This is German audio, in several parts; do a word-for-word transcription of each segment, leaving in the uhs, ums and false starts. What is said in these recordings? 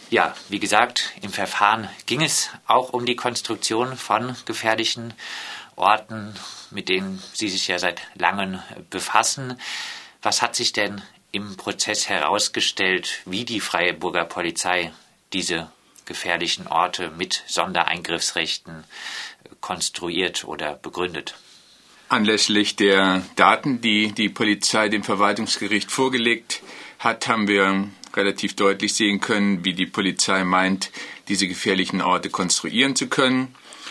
Ja, wie gesagt, im Verfahren ging es auch um die Konstruktion von gefährlichen Orten, mit denen Sie sich ja seit langem befassen. Was hat sich denn im Prozess herausgestellt, wie die Freiburger Polizei diese gefährlichen Orte mit Sondereingriffsrechten konstruiert oder begründet? Anlässlich der Daten, die die Polizei dem Verwaltungsgericht vorgelegt hat, haben wir relativ deutlich sehen können, wie die Polizei meint, diese gefährlichen Orte konstruieren zu können.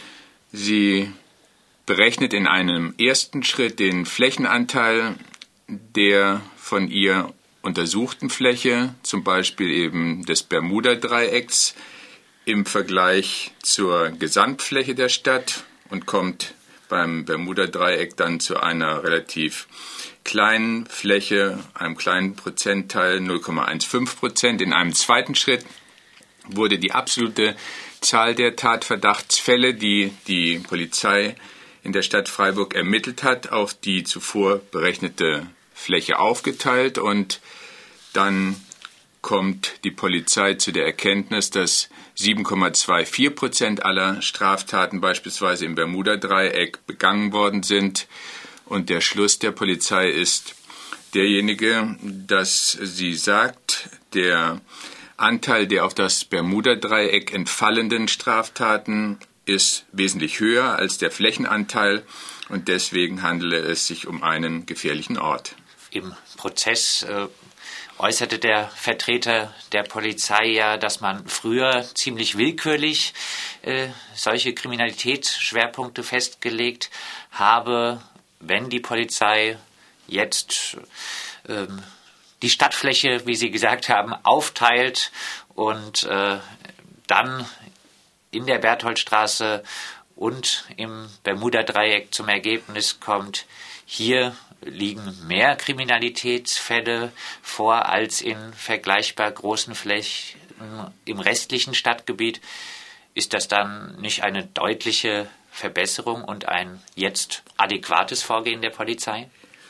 Sie berechnet in einem ersten Schritt den Flächenanteil der von ihr untersuchten Fläche, zum Beispiel eben des Bermuda-Dreiecks, im Vergleich zur Gesamtfläche der Stadt und kommt beim Bermuda-Dreieck dann zu einer relativ kleinen Fläche, einem kleinen Prozentteil, null Komma fünfzehn Prozent. In einem zweiten Schritt wurde die absolute Zahl der Tatverdachtsfälle, die die Polizei in der Stadt Freiburg ermittelt hat, auf die zuvor berechnete Fläche aufgeteilt, und dann kommt die Polizei zu der Erkenntnis, dass sieben Komma vierundzwanzig Prozent aller Straftaten beispielsweise im Bermuda-Dreieck begangen worden sind. Und der Schluss der Polizei ist derjenige, dass sie sagt, der Anteil der auf das Bermuda-Dreieck entfallenden Straftaten ist wesentlich höher als der Flächenanteil, und deswegen handele es sich um einen gefährlichen Ort. Im Prozess äh äußerte der Vertreter der Polizei ja, dass man früher ziemlich willkürlich äh, solche Kriminalitätsschwerpunkte festgelegt habe. Wenn die Polizei jetzt ähm, die Stadtfläche, wie Sie gesagt haben, aufteilt und äh, dann in der Bertholdstraße und im Bermuda-Dreieck zum Ergebnis kommt, hier liegen mehr Kriminalitätsfälle vor als in vergleichbar großen Flächen im restlichen Stadtgebiet, ist das dann nicht eine deutliche Verbesserung und ein jetzt adäquates Vorgehen der Polizei?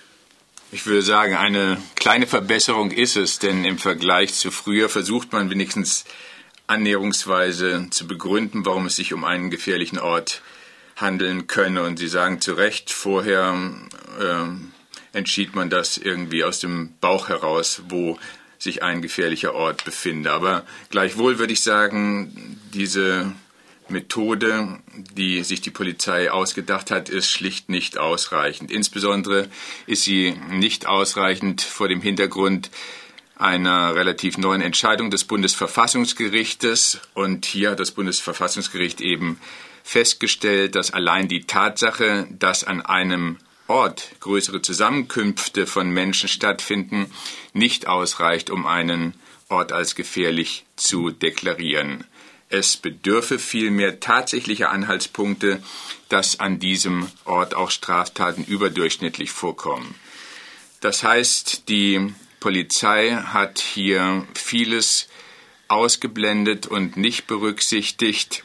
Ich würde sagen, eine kleine Verbesserung ist es, denn im Vergleich zu früher versucht man wenigstens annäherungsweise zu begründen, warum es sich um einen gefährlichen Ort handeln könne. Und Sie sagen zu Recht, vorher äh, entschied man das irgendwie aus dem Bauch heraus, wo sich ein gefährlicher Ort befinde. Aber gleichwohl würde ich sagen, diese Methode, die sich die Polizei ausgedacht hat, ist schlicht nicht ausreichend. Insbesondere ist sie nicht ausreichend vor dem Hintergrund einer relativ neuen Entscheidung des Bundesverfassungsgerichtes. Und hier hat das Bundesverfassungsgericht eben festgestellt, dass allein die Tatsache, dass an einem Ort größere Zusammenkünfte von Menschen stattfinden, nicht ausreicht, um einen Ort als gefährlich zu deklarieren. Es bedürfe vielmehr tatsächlicher Anhaltspunkte, dass an diesem Ort auch Straftaten überdurchschnittlich vorkommen. Das heißt, die Polizei hat hier vieles ausgeblendet und nicht berücksichtigt,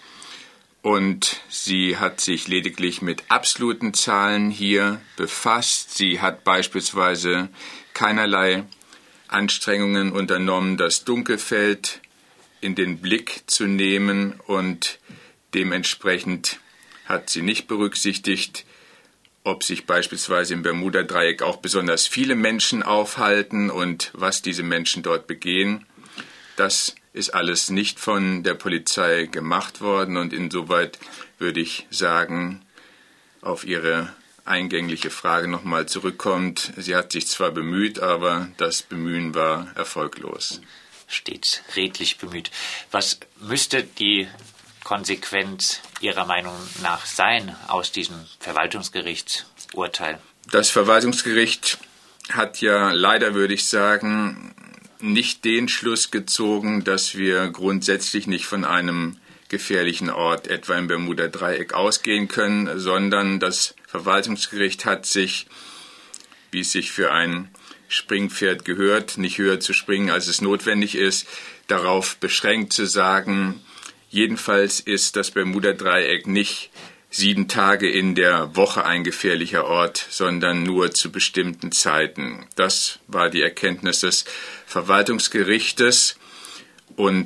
und sie hat sich lediglich mit absoluten Zahlen hier befasst. Sie hat beispielsweise keinerlei Anstrengungen unternommen, das Dunkelfeld in den Blick zu nehmen, und dementsprechend hat sie nicht berücksichtigt, ob sich beispielsweise im Bermuda-Dreieck auch besonders viele Menschen aufhalten und was diese Menschen dort begehen. Das ist alles nicht von der Polizei gemacht worden, und insoweit würde ich sagen, auf Ihre eingängliche Frage nochmal zurückkommt, sie hat sich zwar bemüht, aber das Bemühen war erfolglos. Stets redlich bemüht. Was müsste die Konsequenz Ihrer Meinung nach sein aus diesem Verwaltungsgerichtsurteil? Das Verwaltungsgericht hat ja leider, würde ich sagen, nicht den Schluss gezogen, dass wir grundsätzlich nicht von einem gefährlichen Ort, etwa im Bermuda-Dreieck, ausgehen können, sondern das Verwaltungsgericht hat sich, wie es sich für ein Springpferd gehört, nicht höher zu springen, als es notwendig ist, darauf beschränkt zu sagen, jedenfalls ist das Bermuda-Dreieck nicht sieben Tage in der Woche ein gefährlicher Ort, sondern nur zu bestimmten Zeiten. Das war die Erkenntnis des Verwaltungsgerichtes, und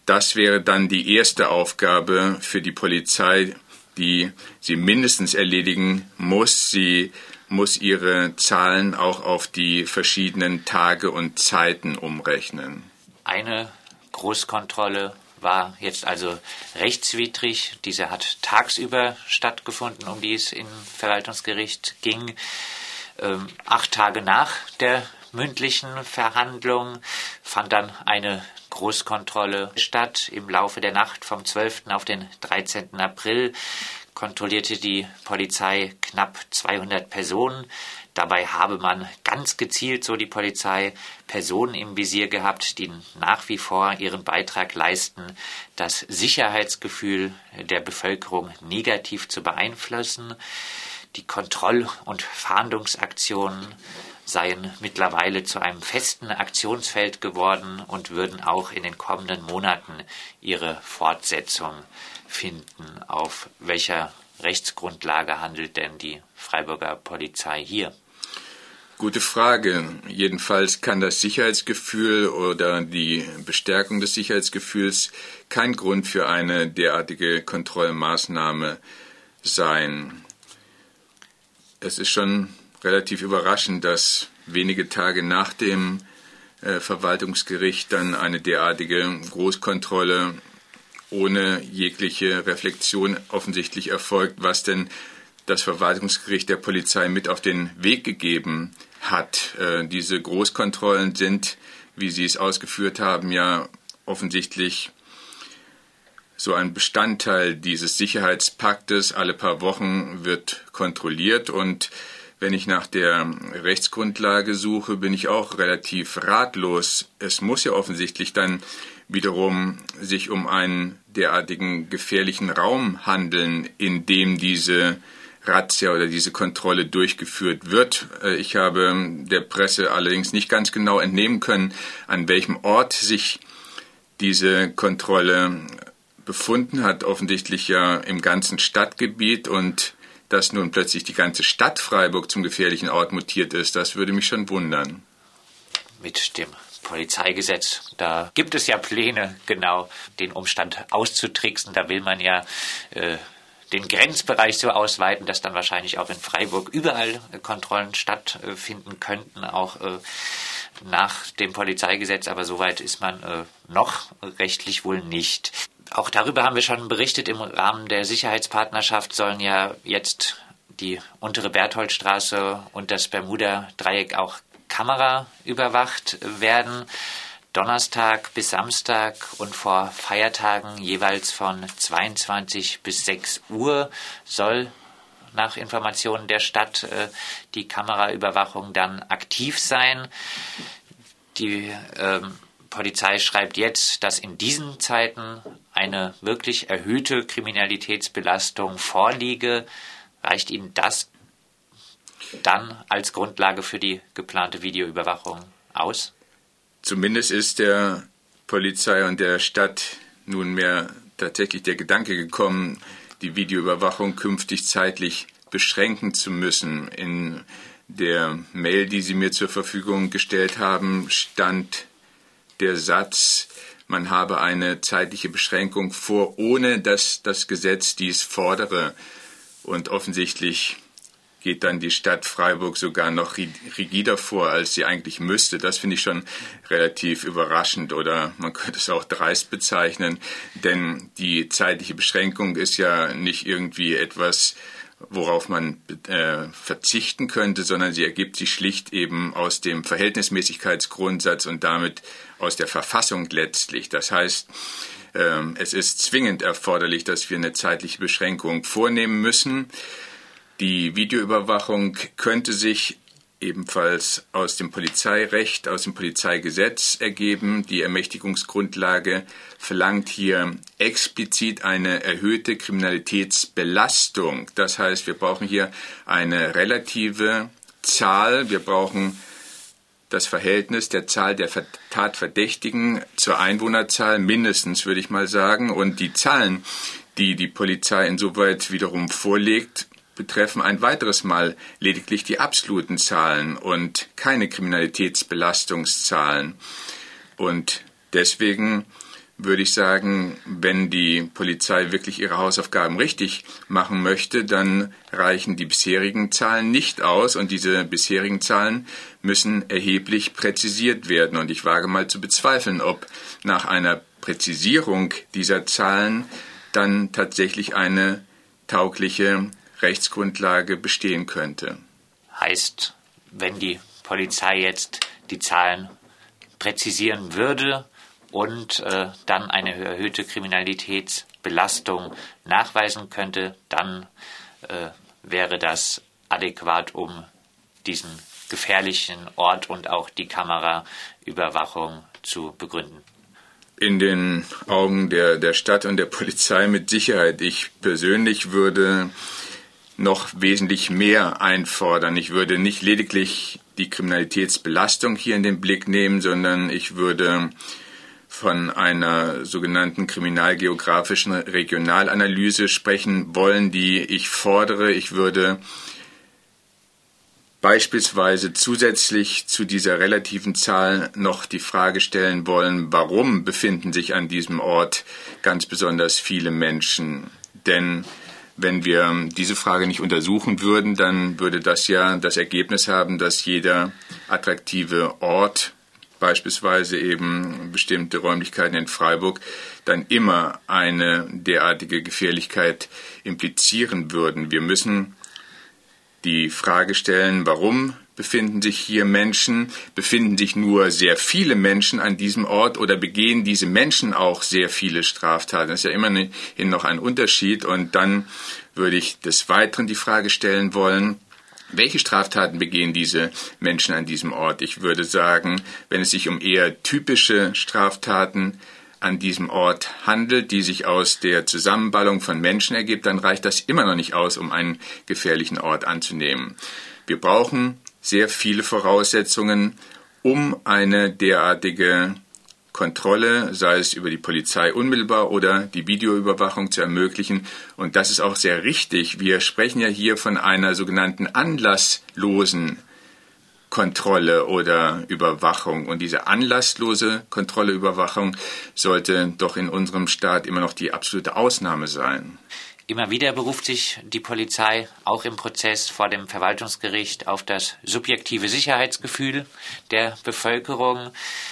das wäre dann die erste Aufgabe für die Polizei, die sie mindestens erledigen muss. Sie muss ihre Zahlen auch auf die verschiedenen Tage und Zeiten umrechnen. Eine Großkontrolle war jetzt also rechtswidrig. Diese hat tagsüber stattgefunden, um die es im Verwaltungsgericht ging. Ähm, acht Tage nach der mündlichen Verhandlung fand dann eine Großkontrolle statt. Im Laufe der Nacht vom zwölften auf den dreizehnten April kontrollierte die Polizei knapp zweihundert Personen. Dabei habe man ganz gezielt, so die Polizei, Personen im Visier gehabt, die nach wie vor ihren Beitrag leisten, das Sicherheitsgefühl der Bevölkerung negativ zu beeinflussen. Die Kontroll- und Fahndungsaktionen seien mittlerweile zu einem festen Aktionsfeld geworden und würden auch in den kommenden Monaten ihre Fortsetzung finden. Auf welcher Rechtsgrundlage handelt denn die Freiburger Polizei hier? Gute Frage. Jedenfalls kann das Sicherheitsgefühl oder die Bestärkung des Sicherheitsgefühls kein Grund für eine derartige Kontrollmaßnahme sein. Es ist schon relativ überraschend, dass wenige Tage nach dem äh, Verwaltungsgericht dann eine derartige Großkontrolle ohne jegliche Reflexion offensichtlich erfolgt, was denn das Verwaltungsgericht der Polizei mit auf den Weg gegeben hat. Äh, diese Großkontrollen sind, wie Sie es ausgeführt haben, ja offensichtlich so ein Bestandteil dieses Sicherheitspaktes. Alle paar Wochen wird kontrolliert und wenn ich nach der Rechtsgrundlage suche, bin ich auch relativ ratlos. Es muss ja offensichtlich dann wiederum sich um einen derartigen gefährlichen Raum handeln, in dem diese Razzia oder diese Kontrolle durchgeführt wird. Ich habe der Presse allerdings nicht ganz genau entnehmen können, an welchem Ort sich diese Kontrolle befunden hat, offensichtlich ja im ganzen Stadtgebiet, und dass nun plötzlich die ganze Stadt Freiburg zum gefährlichen Ort mutiert ist, das würde mich schon wundern. Mit dem Polizeigesetz, da gibt es ja Pläne, genau den Umstand auszutricksen. Da will man ja äh, den Grenzbereich so ausweiten, dass dann wahrscheinlich auch in Freiburg überall äh, Kontrollen stattfinden könnten, auch äh, nach dem Polizeigesetz. Aber soweit ist man äh, noch rechtlich wohl nicht. Auch darüber haben wir schon berichtet. Im Rahmen der Sicherheitspartnerschaft sollen ja jetzt die untere Bertholdstraße und das Bermuda-Dreieck auch Kamera überwacht werden. Donnerstag bis Samstag und vor Feiertagen jeweils von zweiundzwanzig bis sechs Uhr soll nach Informationen der Stadt äh, die Kameraüberwachung dann aktiv sein. Die ähm, Polizei schreibt jetzt, dass in diesen Zeiten eine wirklich erhöhte Kriminalitätsbelastung vorliege. Reicht Ihnen das dann als Grundlage für die geplante Videoüberwachung aus? Zumindest ist der Polizei und der Stadt nunmehr tatsächlich der Gedanke gekommen, die Videoüberwachung künftig zeitlich beschränken zu müssen. In der Mail, die Sie mir zur Verfügung gestellt haben, stand der Satz, man habe eine zeitliche Beschränkung vor, ohne dass das Gesetz dies fordere. Und offensichtlich geht dann die Stadt Freiburg sogar noch rigider vor, als sie eigentlich müsste. Das finde ich schon relativ überraschend, oder man könnte es auch dreist bezeichnen, denn die zeitliche Beschränkung ist ja nicht irgendwie etwas, worauf man äh, verzichten könnte, sondern sie ergibt sich schlicht eben aus dem Verhältnismäßigkeitsgrundsatz und damit aus der Verfassung letztlich. Das heißt, äh, es ist zwingend erforderlich, dass wir eine zeitliche Beschränkung vornehmen müssen. Die Videoüberwachung könnte sich ebenfalls aus dem Polizeirecht, aus dem Polizeigesetz ergeben. Die Ermächtigungsgrundlage verlangt hier explizit eine erhöhte Kriminalitätsbelastung. Das heißt, wir brauchen hier eine relative Zahl. Wir brauchen das Verhältnis der Zahl der Tatverdächtigen zur Einwohnerzahl, mindestens, würde ich mal sagen. Und die Zahlen, die die Polizei insoweit wiederum vorlegt, betreffen ein weiteres Mal lediglich die absoluten Zahlen und keine Kriminalitätsbelastungszahlen. Und deswegen würde ich sagen, wenn die Polizei wirklich ihre Hausaufgaben richtig machen möchte, dann reichen die bisherigen Zahlen nicht aus und diese bisherigen Zahlen müssen erheblich präzisiert werden. Und ich wage mal zu bezweifeln, ob nach einer Präzisierung dieser Zahlen dann tatsächlich eine taugliche Rechtsgrundlage bestehen könnte. Heißt, wenn die Polizei jetzt die Zahlen präzisieren würde und äh, dann eine erhöhte Kriminalitätsbelastung nachweisen könnte, dann äh, wäre das adäquat, um diesen gefährlichen Ort und auch die Kameraüberwachung zu begründen. In den Augen der, der Stadt und der Polizei mit Sicherheit. Ich persönlich würde noch wesentlich mehr einfordern. Ich würde nicht lediglich die Kriminalitätsbelastung hier in den Blick nehmen, sondern ich würde von einer sogenannten kriminalgeografischen Regionalanalyse sprechen wollen, die ich fordere. Ich würde beispielsweise zusätzlich zu dieser relativen Zahl noch die Frage stellen wollen, warum befinden sich an diesem Ort ganz besonders viele Menschen? Denn wenn wir diese Frage nicht untersuchen würden, dann würde das ja das Ergebnis haben, dass jeder attraktive Ort, beispielsweise eben bestimmte Räumlichkeiten in Freiburg, dann immer eine derartige Gefährlichkeit implizieren würden. Wir müssen die Frage stellen, warum befinden sich hier Menschen? Befinden sich nur sehr viele Menschen an diesem Ort oder begehen diese Menschen auch sehr viele Straftaten? Das ist ja immerhin noch ein Unterschied. Und dann würde ich des Weiteren die Frage stellen wollen, welche Straftaten begehen diese Menschen an diesem Ort? Ich würde sagen, wenn es sich um eher typische Straftaten an diesem Ort handelt, die sich aus der Zusammenballung von Menschen ergibt, dann reicht das immer noch nicht aus, um einen gefährlichen Ort anzunehmen. Wir brauchen sehr viele Voraussetzungen, um eine derartige Kontrolle, sei es über die Polizei unmittelbar oder die Videoüberwachung zu ermöglichen. Und das ist auch sehr richtig. Wir sprechen ja hier von einer sogenannten anlasslosen Kontrolle oder Überwachung. Und diese anlasslose Kontrolle, Überwachung sollte doch in unserem Staat immer noch die absolute Ausnahme sein. Immer wieder beruft sich die Polizei auch im Prozess vor dem Verwaltungsgericht auf das subjektive Sicherheitsgefühl der Bevölkerung.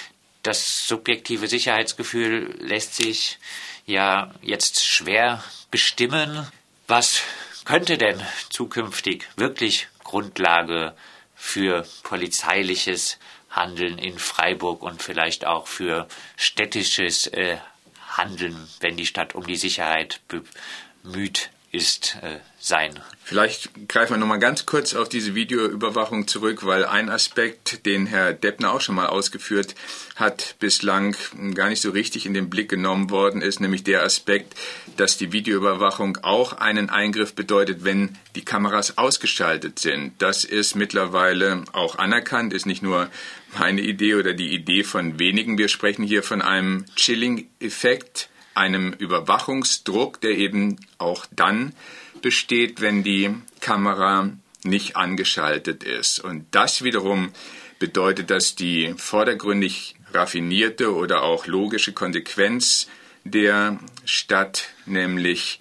Das subjektive Sicherheitsgefühl lässt sich ja jetzt schwer bestimmen. Was könnte denn zukünftig wirklich Grundlage für polizeiliches Handeln in Freiburg und vielleicht auch für städtisches äh, Handeln, wenn die Stadt um die Sicherheit bemüht ist, äh, sein? Vielleicht greifen wir noch mal ganz kurz auf diese Videoüberwachung zurück, weil ein Aspekt, den Herr Deppner auch schon mal ausgeführt hat, bislang gar nicht so richtig in den Blick genommen worden ist, nämlich der Aspekt, dass die Videoüberwachung auch einen Eingriff bedeutet, wenn die Kameras ausgeschaltet sind. Das ist mittlerweile auch anerkannt, ist nicht nur meine Idee oder die Idee von wenigen. Wir sprechen hier von einem Chilling-Effekt, einem Überwachungsdruck, der eben auch dann besteht, wenn die Kamera nicht angeschaltet ist. Und das wiederum bedeutet, dass die vordergründig raffinierte oder auch logische Konsequenz der Stadt, nämlich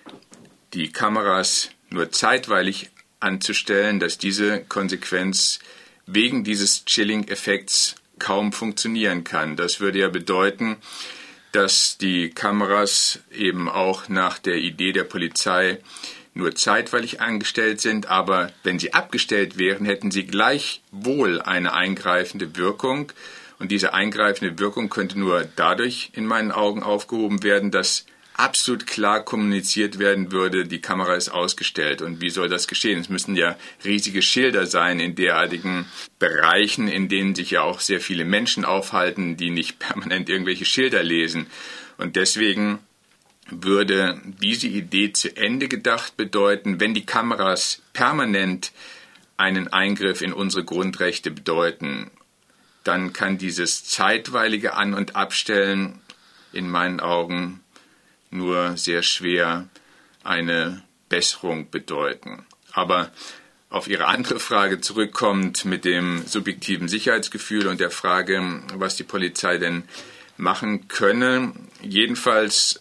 die Kameras nur zeitweilig anzustellen, dass diese Konsequenz wegen dieses Chilling-Effekts kaum funktionieren kann. Das würde ja bedeuten, dass die Kameras eben auch nach der Idee der Polizei nur zeitweilig angestellt sind, aber wenn sie abgestellt wären, hätten sie gleichwohl eine eingreifende Wirkung. Und diese eingreifende Wirkung könnte nur dadurch in meinen Augen aufgehoben werden, dass absolut klar kommuniziert werden würde, die Kamera ist ausgestellt. Und wie soll das geschehen? Es müssen ja riesige Schilder sein in derartigen Bereichen, in denen sich ja auch sehr viele Menschen aufhalten, die nicht permanent irgendwelche Schilder lesen. Und deswegen würde diese Idee zu Ende gedacht bedeuten, wenn die Kameras permanent einen Eingriff in unsere Grundrechte bedeuten, dann kann dieses zeitweilige An- und Abstellen in meinen Augen nur sehr schwer eine Besserung bedeuten. Aber auf Ihre andere Frage zurückkommt mit dem subjektiven Sicherheitsgefühl und der Frage, was die Polizei denn machen könne. Jedenfalls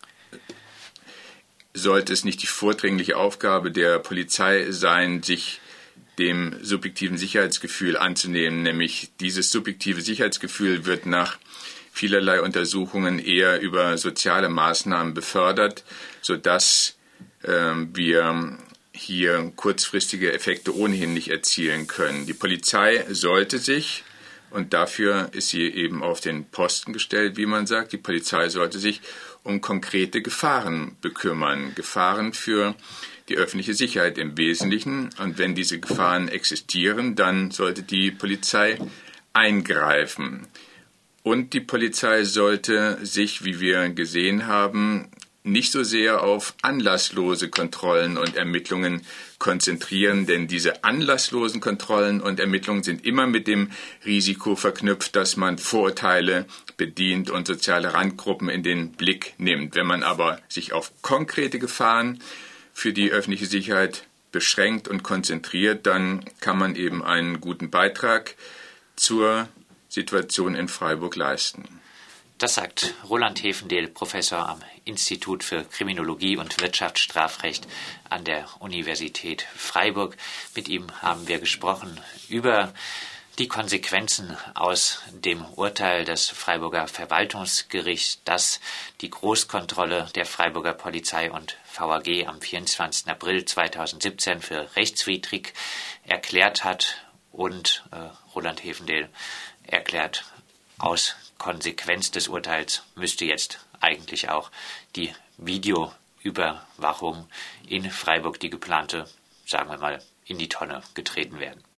sollte es nicht die vordringliche Aufgabe der Polizei sein, sich dem subjektiven Sicherheitsgefühl anzunehmen. Nämlich dieses subjektive Sicherheitsgefühl wird nach vielerlei Untersuchungen eher über soziale Maßnahmen befördert, sodass äh, wir hier kurzfristige Effekte ohnehin nicht erzielen können. Die Polizei sollte sich, und dafür ist sie eben auf den Posten gestellt, wie man sagt, die Polizei sollte sich um konkrete Gefahren bekümmern. Gefahren für die öffentliche Sicherheit im Wesentlichen. Und wenn diese Gefahren existieren, dann sollte die Polizei eingreifen. Und die Polizei sollte sich, wie wir gesehen haben, nicht so sehr auf anlasslose Kontrollen und Ermittlungen konzentrieren, denn diese anlasslosen Kontrollen und Ermittlungen sind immer mit dem Risiko verknüpft, dass man Vorurteile bedient und soziale Randgruppen in den Blick nimmt. Wenn man aber sich auf konkrete Gefahren für die öffentliche Sicherheit beschränkt und konzentriert, dann kann man eben einen guten Beitrag zur Situation in Freiburg leisten. Das sagt Roland Hefendehl, Professor am Institut für Kriminologie und Wirtschaftsstrafrecht an der Universität Freiburg. Mit ihm haben wir gesprochen über die Konsequenzen aus dem Urteil des Freiburger Verwaltungsgerichts, das die Großkontrolle der Freiburger Polizei und V A G am vierundzwanzigsten April zweitausendsiebzehn für rechtswidrig erklärt hat. Und äh, Roland Hefendehl erklärt, aus Konsequenz des Urteils müsste jetzt eigentlich auch die Videoüberwachung in Freiburg, die geplante, sagen wir mal, in die Tonne getreten werden.